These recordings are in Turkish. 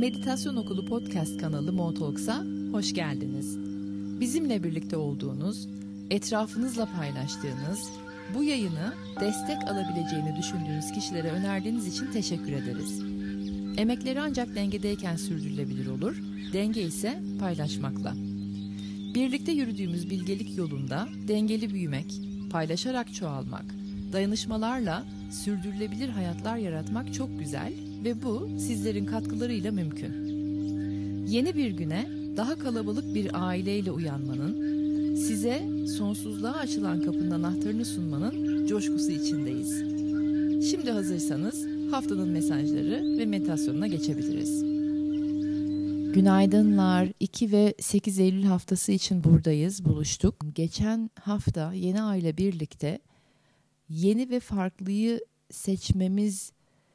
Meditasyon Okulu Podcast kanalı Motalks'a hoş geldiniz. Bizimle birlikte olduğunuz, etrafınızla paylaştığınız, bu yayını destek alabileceğini düşündüğünüz kişilere önerdiğiniz için teşekkür ederiz. Emekleri ancak dengedeyken sürdürülebilir olur, denge ise paylaşmakla. Birlikte yürüdüğümüz bilgelik yolunda dengeli büyümek, paylaşarak çoğalmak, dayanışmalarla sürdürülebilir hayatlar yaratmak çok güzel ve bu sizlerin katkılarıyla mümkün. Yeni bir güne daha kalabalık bir aileyle uyanmanın, size sonsuzluğa açılan kapının anahtarını sunmanın coşkusu içindeyiz. Şimdi hazırsanız haftanın mesajları ve meditasyonuna geçebiliriz. Günaydınlar. 2 ve 8 Eylül haftası için buradayız, buluştuk. Geçen hafta yeni ay ile birlikte yeni ve farklıyı seçmemiz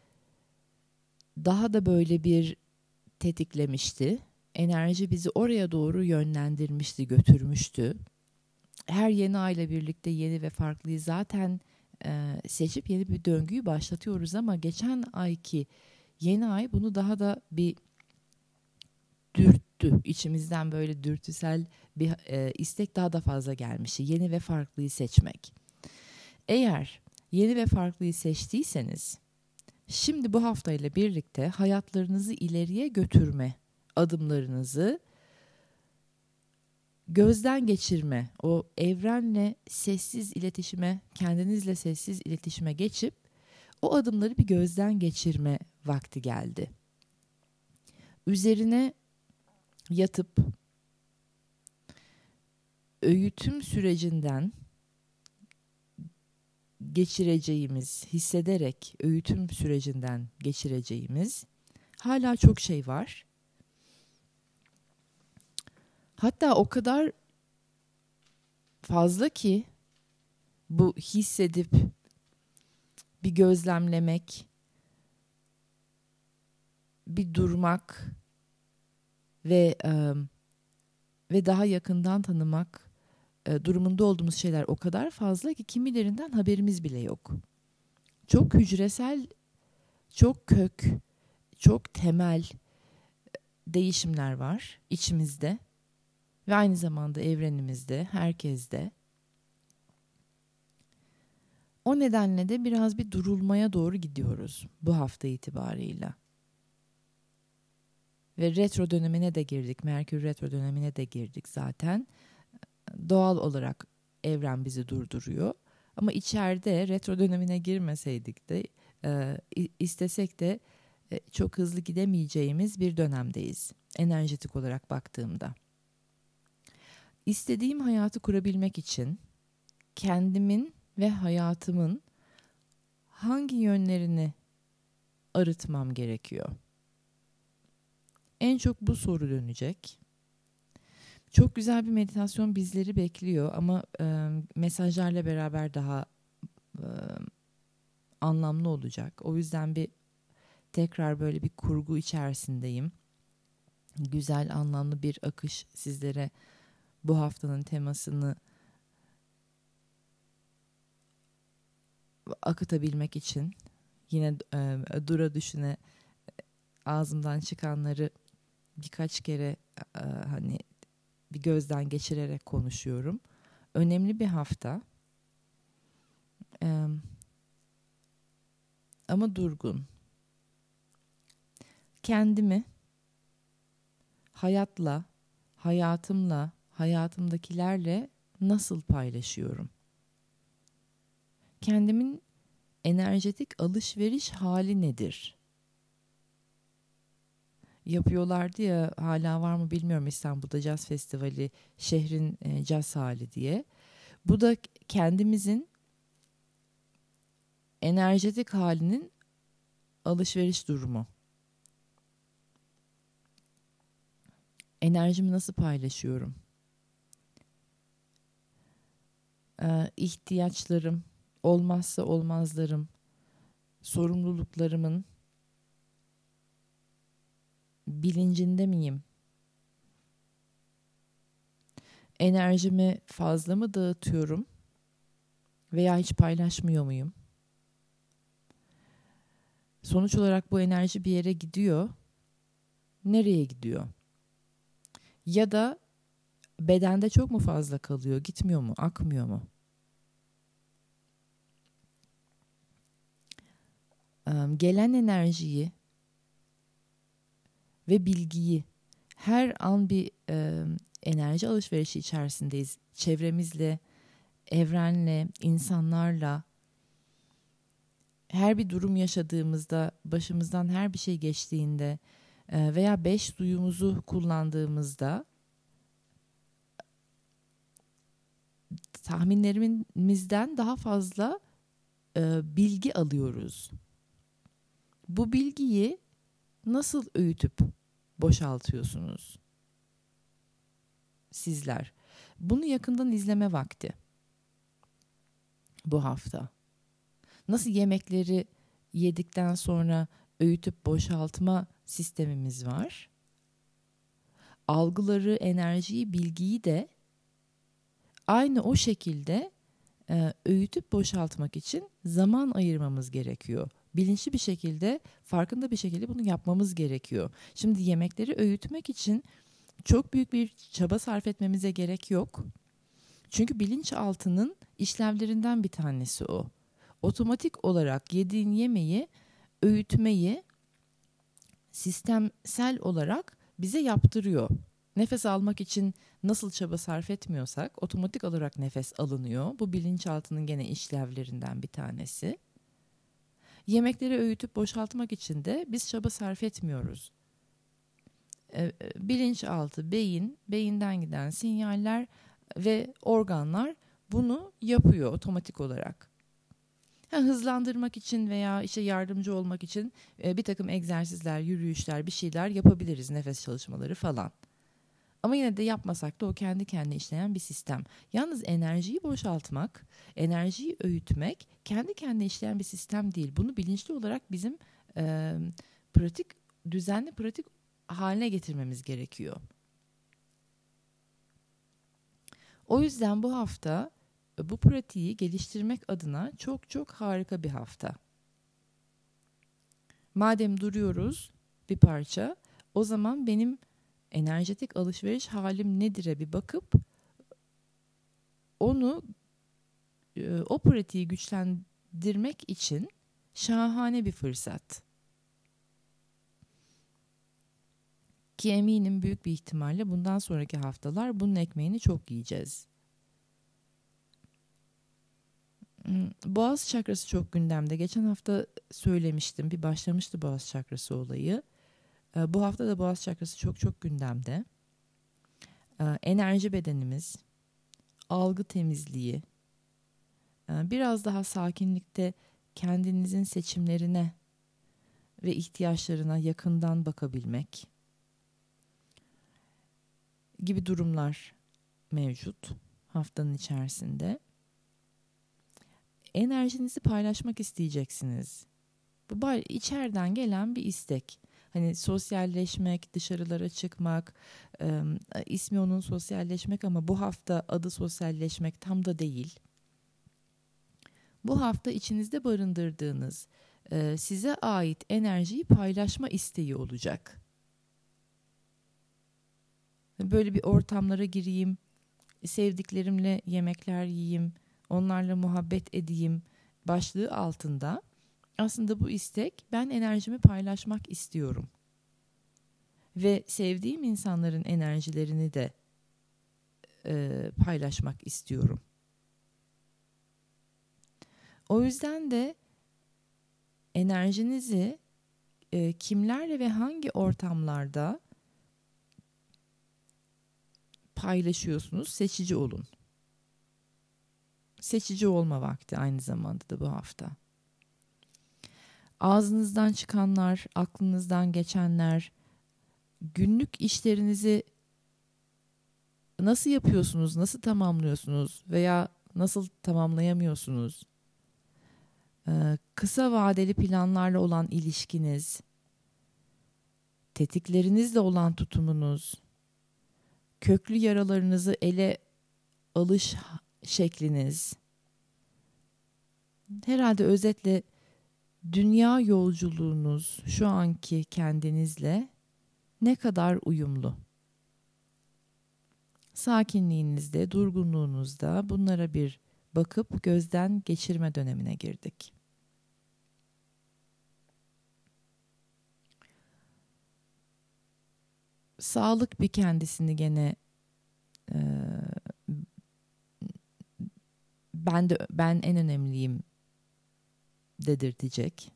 daha da böyle bir tetiklemişti. Enerji bizi oraya doğru yönlendirmişti, götürmüştü. Her yeni ay ile birlikte yeni ve farklıyı zaten seçip yeni bir döngüyü başlatıyoruz ama geçen ayki yeni ay bunu daha da bir dürttü. İçimizden böyle dürtüsel bir istek daha da fazla gelmişti. Yeni ve farklıyı seçmek. Eğer yeni ve farklıyı seçtiyseniz, şimdi bu haftayla birlikte hayatlarınızı ileriye götürme adımlarınızı gözden geçirme, o evrenle sessiz iletişime, kendinizle sessiz iletişime geçip o adımları bir gözden geçirme vakti geldi. Üzerine yatıp öğütüm sürecinden geçireceğimiz, hissederek öğütüm sürecinden geçireceğimiz hala çok şey var. Hatta o kadar fazla ki bu hissedip bir gözlemlemek, bir durmak ve daha yakından tanımak durumunda olduğumuz şeyler o kadar fazla ki kimilerinden haberimiz bile yok. Çok hücresel, çok kök, çok temel değişimler var içimizde ve aynı zamanda evrenimizde, herkeste. O nedenle de biraz bir durulmaya doğru gidiyoruz bu hafta itibarıyla. Ve retro dönemine de girdik, Merkür retro dönemine de girdik zaten. Doğal olarak evren bizi durduruyor. Ama içeride retro dönemine girmeseydik de istesek de çok hızlı gidemeyeceğimiz bir dönemdeyiz. Enerjetik olarak baktığımda. İstediğim hayatı kurabilmek için kendimin ve hayatımın hangi yönlerini arıtmam gerekiyor? En çok bu soru dönecek. Çok güzel bir meditasyon bizleri bekliyor ama mesajlarla beraber daha anlamlı olacak. O yüzden tekrar böyle bir kurgu içerisindeyim. Güzel, anlamlı bir akış sizlere bu haftanın temasını akıtabilmek için yine dura düşüne ağzımdan çıkanları birkaç kere hani bir gözden geçirerek konuşuyorum. Önemli bir hafta. Ama durgun. Kendimi hayatla, hayatımla, hayatımdakilerle nasıl paylaşıyorum? Kendimin enerjetik alışveriş hali nedir? Yapıyorlardı ya, hala var mı bilmiyorum, İstanbul'da Caz Festivali, şehrin caz hali diye. Bu da kendimizin enerjetik halinin alışveriş durumu. Enerjimi nasıl paylaşıyorum? İhtiyaçlarım, olmazsa olmazlarım, sorumluluklarımın bilincinde miyim? Enerjimi fazla mı dağıtıyorum veya hiç paylaşmıyor muyum? Sonuç olarak bu enerji bir yere gidiyor nereye gidiyor? Ya da bedende çok mu fazla kalıyor, gitmiyor mu, akmıyor mu? Gelen enerjiyi ve bilgiyi her an bir enerji alışverişi içerisindeyiz. Çevremizle, evrenle, insanlarla. Her bir durum yaşadığımızda, başımızdan her bir şey geçtiğinde veya 5 duyumuzu kullandığımızda tahminlerimizden daha fazla bilgi alıyoruz. Bu bilgiyi nasıl öğütüp boşaltıyorsunuz sizler? Bunu yakından izleme vakti bu hafta. Nasıl yemekleri yedikten sonra öğütüp boşaltma sistemimiz var. Algıları, enerjiyi, bilgiyi de aynı o şekilde öğütüp boşaltmak için zaman ayırmamız gerekiyor. Bilinçli bir şekilde, farkında bir şekilde bunu yapmamız gerekiyor. Şimdi yemekleri öğütmek için çok büyük bir çaba sarf etmemize gerek yok. Çünkü bilinçaltının işlevlerinden bir tanesi o. Otomatik olarak yediğin yemeği öğütmeyi sistemsel olarak bize yaptırıyor. Nefes almak için nasıl çaba sarf etmiyorsak otomatik olarak nefes alınıyor. Bu bilinçaltının gene işlevlerinden bir tanesi. Yemekleri öğütüp boşaltmak için de biz çaba sarf etmiyoruz. Bilinçaltı, beyinden giden sinyaller ve organlar bunu yapıyor otomatik olarak. Hızlandırmak için veya işte yardımcı olmak için bir takım egzersizler, yürüyüşler, bir şeyler yapabiliriz, nefes çalışmaları falan. Ama yine de yapmasak da o kendi kendine işleyen bir sistem. Yalnız enerjiyi boşaltmak, enerjiyi öğütmek kendi kendine işleyen bir sistem değil. Bunu bilinçli olarak bizim düzenli pratik haline getirmemiz gerekiyor. O yüzden bu hafta bu pratiği geliştirmek adına çok çok harika bir hafta. Madem duruyoruz bir parça, o zaman benim enerjetik alışveriş halim nedir'e bir bakıp o pratiği güçlendirmek için şahane bir fırsat. Ki eminim büyük bir ihtimalle bundan sonraki haftalar bunun ekmeğini çok yiyeceğiz. Boğaz çakrası çok gündemde. Geçen hafta söylemiştim, bir başlamıştı boğaz çakrası olayı. Bu hafta da boğaz çakrası çok çok gündemde. Enerji bedenimiz, algı temizliği, biraz daha sakinlikte kendinizin seçimlerine ve ihtiyaçlarına yakından bakabilmek gibi durumlar mevcut haftanın içerisinde. Enerjinizi paylaşmak isteyeceksiniz. Bu içeriden gelen bir istek. Hani sosyalleşmek, dışarılara çıkmak, ismi onun sosyalleşmek ama bu hafta adı sosyalleşmek tam da değil. Bu hafta içinizde barındırdığınız size ait enerjiyi paylaşma isteği olacak. Böyle bir ortamlara gireyim, sevdiklerimle yemekler yiyeyim, onlarla muhabbet edeyim başlığı altında aslında bu istek, ben enerjimi paylaşmak istiyorum. Ve sevdiğim insanların enerjilerini de paylaşmak istiyorum. O yüzden de enerjinizi kimlerle ve hangi ortamlarda paylaşıyorsunuz, seçici olun. Seçici olma vakti aynı zamanda da bu hafta. Ağzınızdan çıkanlar, aklınızdan geçenler, günlük işlerinizi nasıl yapıyorsunuz, nasıl tamamlıyorsunuz veya nasıl tamamlayamıyorsunuz? Kısa vadeli planlarla olan ilişkiniz, tetiklerinizle olan tutumunuz, köklü yaralarınızı ele alış şekliniz, herhalde özetle dünya yolculuğunuz şu anki kendinizle ne kadar uyumlu? Sakinliğinizde, durgunluğunuzda bunlara bir bakıp gözden geçirme dönemine girdik. Sağlık bir kendisini gene ben en önemliyim dedirtecek.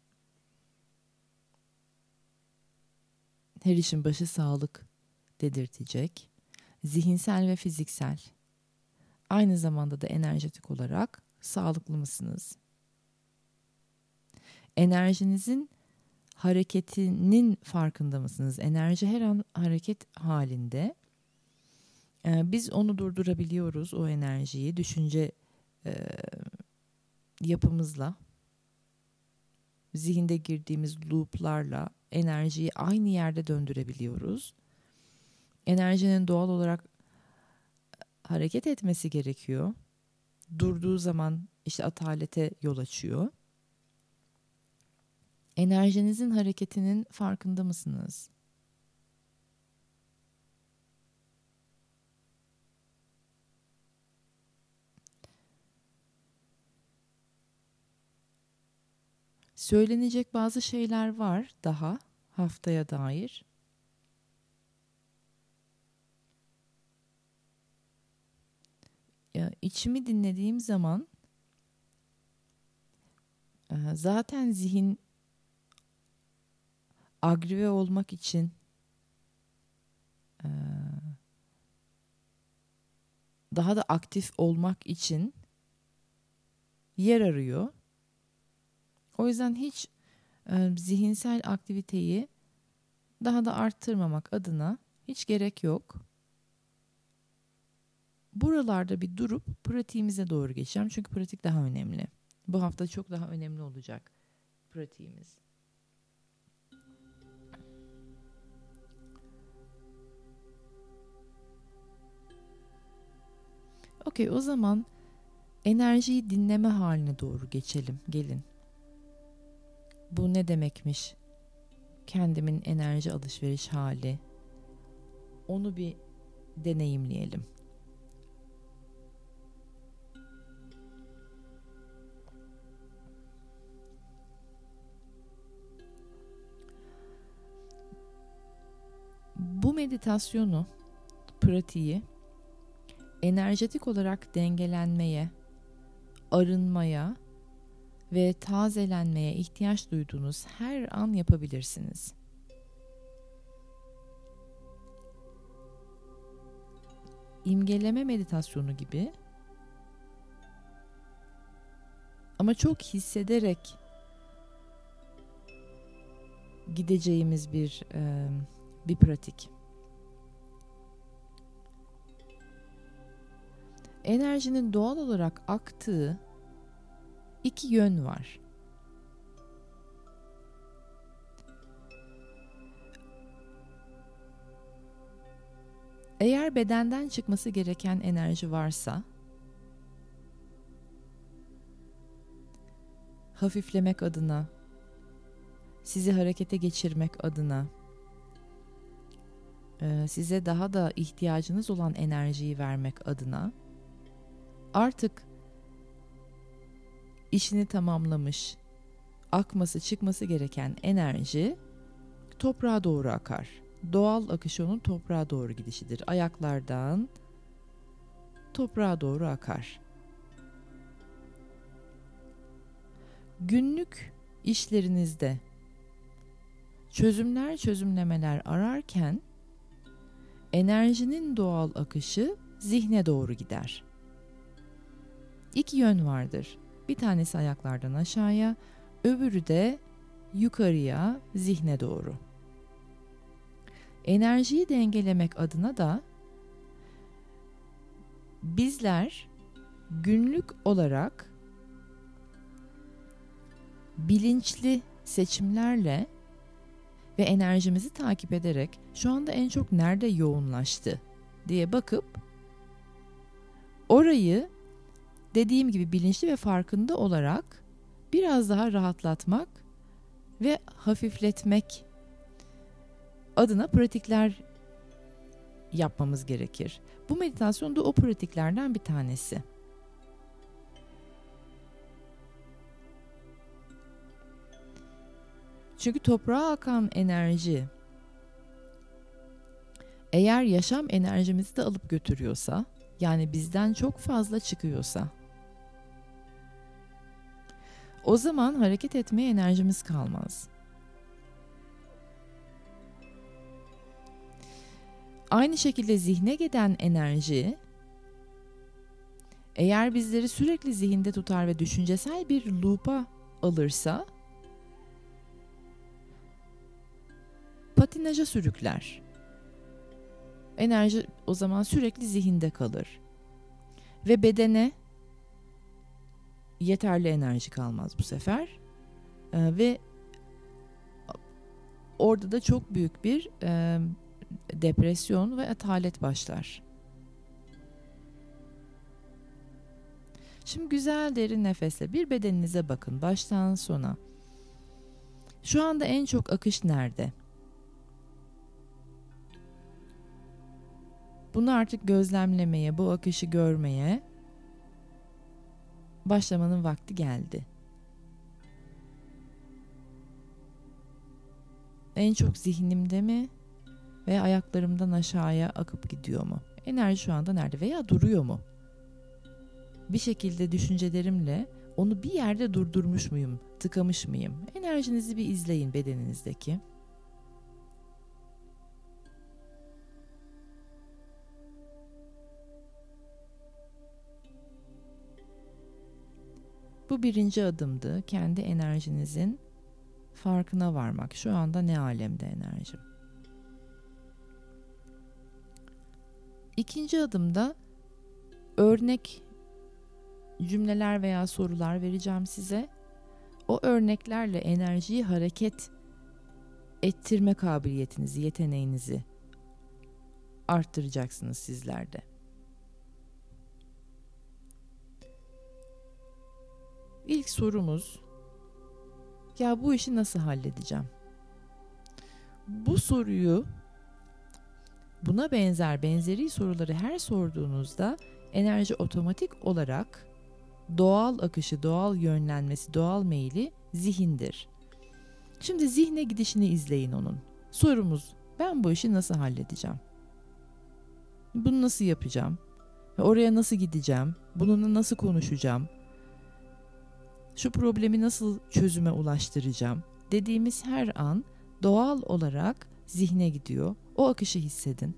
Her işin başı sağlık dedirtecek. Zihinsel ve fiziksel. Aynı zamanda da enerjetik olarak sağlıklı mısınız? Enerjinizin hareketinin farkında mısınız? Enerji her an hareket halinde. Biz onu durdurabiliyoruz, o enerjiyi düşünce yapımızla, zihinde girdiğimiz looplarla enerjiyi aynı yerde döndürebiliyoruz. Enerjinin doğal olarak hareket etmesi gerekiyor. Durduğu zaman işte atalete yol açıyor. Enerjinizin hareketinin farkında mısınız? Söylenecek bazı şeyler var daha haftaya dair. Ya, içimi dinlediğim zaman zaten zihin agrive olmak için daha da aktif olmak için yer arıyor. O yüzden hiç zihinsel aktiviteyi daha da arttırmamak adına hiç gerek yok. Buralarda bir durup pratiğimize doğru geçeceğim. Çünkü pratik daha önemli. Bu hafta çok daha önemli olacak pratiğimiz. Okey, o zaman enerjiyi dinleme haline doğru geçelim. Gelin. Bu ne demekmiş? Kendimin enerji alışveriş hali. Onu bir deneyimleyelim. Bu meditasyonu, pratiği enerjetik olarak dengelenmeye, arınmaya ve tazelenmeye ihtiyaç duyduğunuz her an yapabilirsiniz. İmgeleme meditasyonu gibi ama çok hissederek gideceğimiz bir pratik. Enerjinin doğal olarak aktığı iki yön var. Eğer bedenden çıkması gereken enerji varsa, hafiflemek adına, sizi harekete geçirmek adına, size daha da ihtiyacınız olan enerjiyi vermek adına, artık işini tamamlamış, akması çıkması gereken enerji toprağa doğru akar. Doğal akışı onun toprağa doğru gidişidir. Ayaklardan toprağa doğru akar. Günlük işlerinizde çözümlemeler ararken enerjinin doğal akışı zihne doğru gider. İki yön vardır. Bir tanesi ayaklardan aşağıya, öbürü de yukarıya, zihne doğru. Enerjiyi dengelemek adına da bizler günlük olarak bilinçli seçimlerle ve enerjimizi takip ederek şu anda en çok nerede yoğunlaştı diye bakıp orayı dediğim gibi bilinçli ve farkında olarak biraz daha rahatlatmak ve hafifletmek adına pratikler yapmamız gerekir. Bu meditasyon da o pratiklerden bir tanesi. Çünkü toprağa akan enerji eğer yaşam enerjimizi de alıp götürüyorsa, yani bizden çok fazla çıkıyorsa, o zaman hareket etmeye enerjimiz kalmaz. Aynı şekilde zihne giden enerji eğer bizleri sürekli zihinde tutar ve düşüncesel bir loop'a alırsa patinaja sürükler. Enerji o zaman sürekli zihinde kalır. Ve bedene yeterli enerji kalmaz bu sefer. Ve orada da çok büyük bir depresyon ve atalet başlar. Şimdi güzel derin nefesle bir bedeninize bakın baştan sona. Şu anda en çok akış nerede? Bunu artık gözlemlemeye, bu akışı görmeye başlamanın vakti geldi. En çok zihnimde mi veya ayaklarımdan aşağıya akıp gidiyor mu? Enerji şu anda nerede veya duruyor mu? Bir şekilde düşüncelerimle onu bir yerde durdurmuş muyum, tıkamış mıyım? Enerjinizi bir izleyin bedeninizdeki. Bu birinci adımdı. Kendi enerjinizin farkına varmak. Şu anda ne alemde enerjim? İkinci adımda örnek cümleler veya sorular vereceğim size. O örneklerle enerjiyi hareket ettirme kabiliyetinizi, yeteneğinizi arttıracaksınız sizler de. İlk sorumuz, ya bu işi nasıl halledeceğim? Bu soruyu, buna benzeri soruları her sorduğunuzda enerji otomatik olarak doğal akışı, doğal yönlenmesi, doğal meyili zihindir. Şimdi zihne gidişini izleyin onun. Sorumuz, ben bu işi nasıl halledeceğim? Bunu nasıl yapacağım? Ve oraya nasıl gideceğim? Bununla nasıl konuşacağım? Şu problemi nasıl çözüme ulaştıracağım dediğimiz her an doğal olarak zihne gidiyor. O akışı hissedin.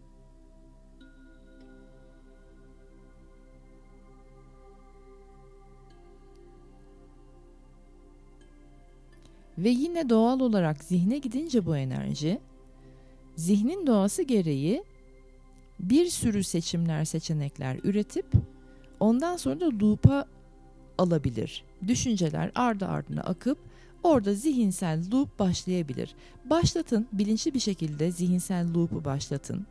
Ve yine doğal olarak zihne gidince bu enerji, zihnin doğası gereği bir sürü seçenekler üretip ondan sonra da loop'a alabilir. Düşünceler ardı ardına akıp orada zihinsel loop başlayabilir. Başlatın, bilinçli bir şekilde zihinsel loop'u başlatın.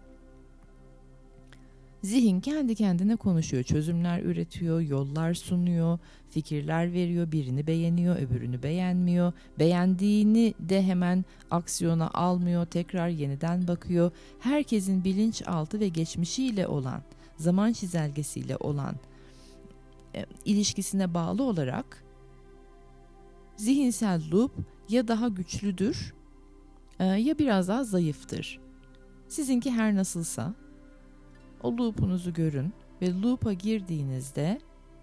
Zihin kendi kendine konuşuyor, çözümler üretiyor, yollar sunuyor, fikirler veriyor, birini beğeniyor, öbürünü beğenmiyor. Beğendiğini de hemen aksiyona almıyor, tekrar yeniden bakıyor. Herkesin bilinçaltı ve geçmişiyle olan, zaman çizelgesiyle olan ilişkisine bağlı olarak zihinsel loop ya daha güçlüdür ya biraz daha zayıftır. Sizinki her nasılsa o loop'unuzu görün ve loop'a girdiğinizde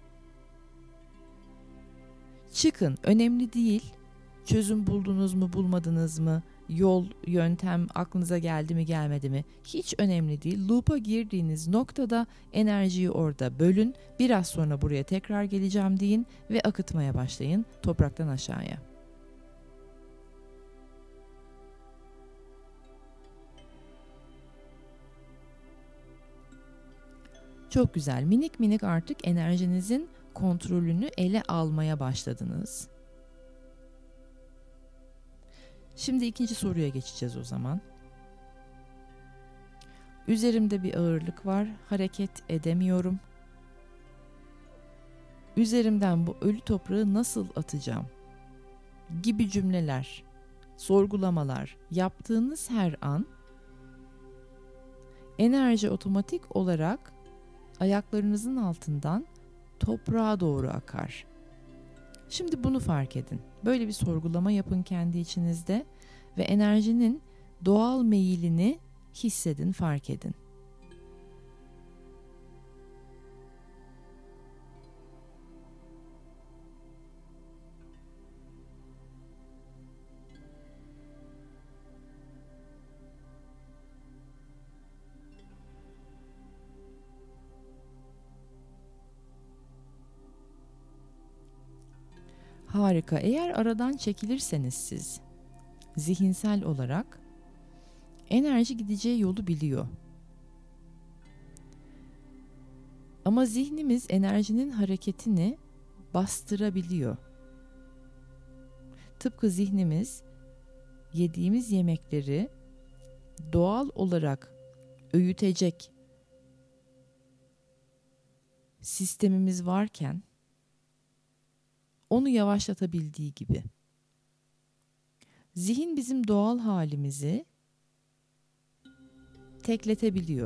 çıkın. Önemli değil. Çözüm buldunuz mu, bulmadınız mı? Yol, yöntem aklınıza geldi mi, gelmedi mi? Hiç önemli değil. Loop'a girdiğiniz noktada enerjiyi orada bölün. Biraz sonra buraya tekrar geleceğim deyin ve akıtmaya başlayın topraktan aşağıya. Çok güzel. Minik minik artık enerjinizin kontrolünü ele almaya başladınız. Şimdi ikinci soruya geçeceğiz o zaman. Üzerimde bir ağırlık var, hareket edemiyorum. Üzerimden bu ölü toprağı nasıl atacağım? Gibi cümleler, sorgulamalar yaptığınız her an Enerji otomatik olarak ayaklarınızın altından toprağa doğru akar. Şimdi bunu fark edin. Böyle bir sorgulama yapın kendi içinizde ve enerjinin doğal meyilini hissedin, fark edin. Harika. Eğer aradan çekilirseniz siz zihinsel olarak enerji gideceği yolu biliyor. Ama zihnimiz enerjinin hareketini bastırabiliyor. Tıpkı zihnimiz yediğimiz yemekleri doğal olarak öğütecek sistemimiz varken onu yavaşlatabildiği gibi. Zihin bizim doğal halimizi tekletebiliyor.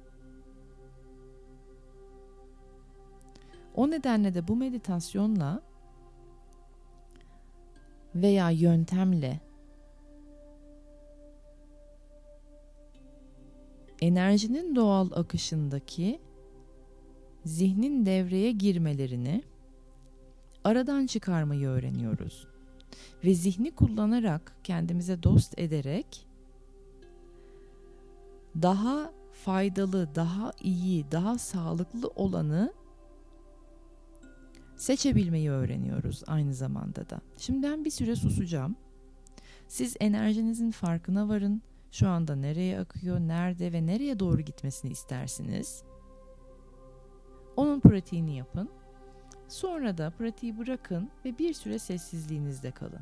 O nedenle de bu meditasyonla veya yöntemle enerjinin doğal akışındaki zihnin devreye girmelerini aradan çıkarmayı öğreniyoruz. Ve zihni kullanarak, kendimize dost ederek daha faydalı, daha iyi, daha sağlıklı olanı seçebilmeyi öğreniyoruz aynı zamanda da. Şimdi ben bir süre susacağım. Siz enerjinizin farkına varın. Şu anda nereye akıyor, nerede ve nereye doğru gitmesini istersiniz? Onun pratiğini yapın. Sonra da pratiği bırakın ve bir süre sessizliğinizde kalın.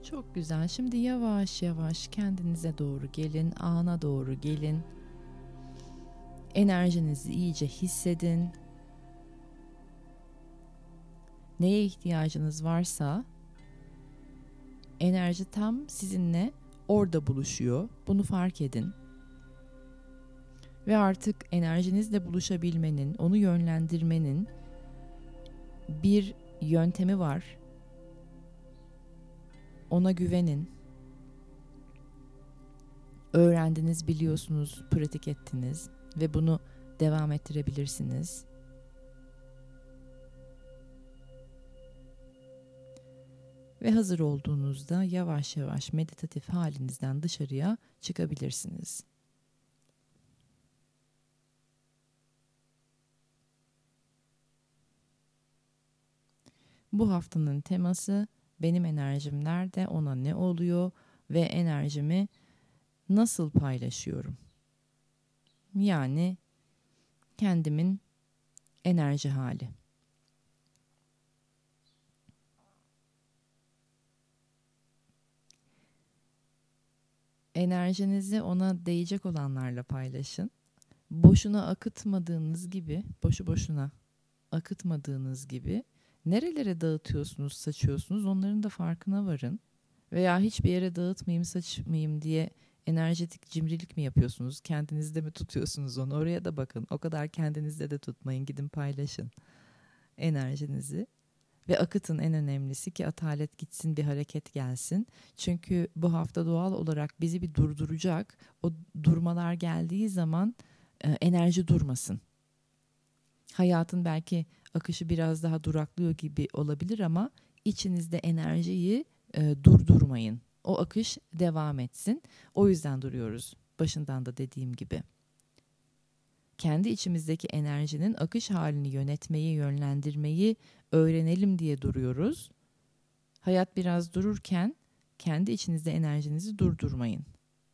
Çok güzel. Şimdi yavaş yavaş kendinize doğru gelin, ana doğru gelin. Enerjinizi iyice hissedin. Neye ihtiyacınız varsa enerji tam sizinle orada buluşuyor. Bunu fark edin. Ve artık enerjinizle buluşabilmenin, onu yönlendirmenin bir yöntemi var. Ona güvenin. Öğrendiniz, biliyorsunuz, pratik ettiniz ve bunu devam ettirebilirsiniz. Ve hazır olduğunuzda yavaş yavaş meditatif halinizden dışarıya çıkabilirsiniz. Bu haftanın teması benim enerjim nerede, ona ne oluyor ve enerjimi nasıl paylaşıyorum? Yani kendimin enerji hali. Enerjinizi ona değecek olanlarla paylaşın. Boşuna akıtmadığınız gibi, boşu boşuna akıtmadığınız gibi nerelere dağıtıyorsunuz, saçıyorsunuz, onların da farkına varın. Veya hiçbir yere dağıtmayayım, saçmayayım diye enerjetik cimrilik mi yapıyorsunuz? Kendinizde mi tutuyorsunuz onu? Oraya da bakın. O kadar kendinizde de tutmayın. Gidin paylaşın enerjinizi. Ve akıtın, en önemlisi ki atalet gitsin, bir hareket gelsin. Çünkü bu hafta doğal olarak bizi bir durduracak. O durmalar geldiği zaman enerji durmasın. Hayatın belki akışı biraz daha duraklıyor gibi olabilir ama içinizde enerjiyi durdurmayın. O akış devam etsin. O yüzden duruyoruz. Başından da dediğim gibi. Kendi içimizdeki enerjinin akış halini yönetmeyi, yönlendirmeyi öğrenelim diye duruyoruz. Hayat biraz dururken kendi içinizde enerjinizi durdurmayın.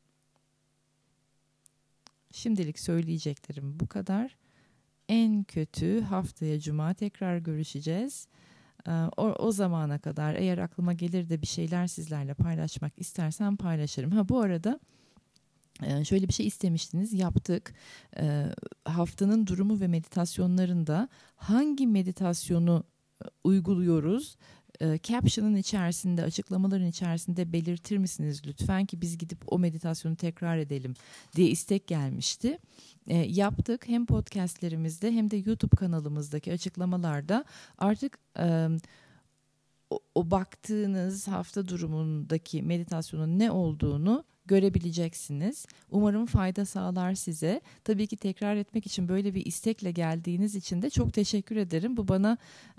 Şimdilik söyleyeceklerim bu kadar. En kötü haftaya Cuma tekrar görüşeceğiz. O zamana kadar eğer aklıma gelir de bir şeyler sizlerle paylaşmak istersem paylaşırım. Bu arada şöyle bir şey istemiştiniz, yaptık. Haftanın durumu ve meditasyonlarında hangi meditasyonu uyguluyoruz? Caption'ın içerisinde, açıklamaların içerisinde belirtir misiniz lütfen ki biz gidip o meditasyonu tekrar edelim diye istek gelmişti. Yaptık, hem podcastlerimizde hem de YouTube kanalımızdaki açıklamalarda artık o baktığınız hafta durumundaki meditasyonun ne olduğunu görebileceksiniz. Umarım fayda sağlar size. Tabii ki tekrar etmek için böyle bir istekle geldiğiniz için de çok teşekkür ederim. Bu bana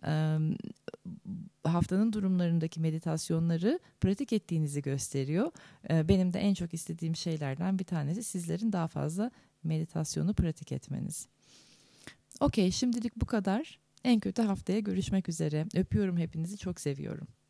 haftanın durumlarındaki meditasyonları pratik ettiğinizi gösteriyor. Benim de en çok istediğim şeylerden bir tanesi sizlerin daha fazla meditasyonu pratik etmeniz. Okey, şimdilik bu kadar. En kötü haftaya görüşmek üzere. Öpüyorum hepinizi, çok seviyorum.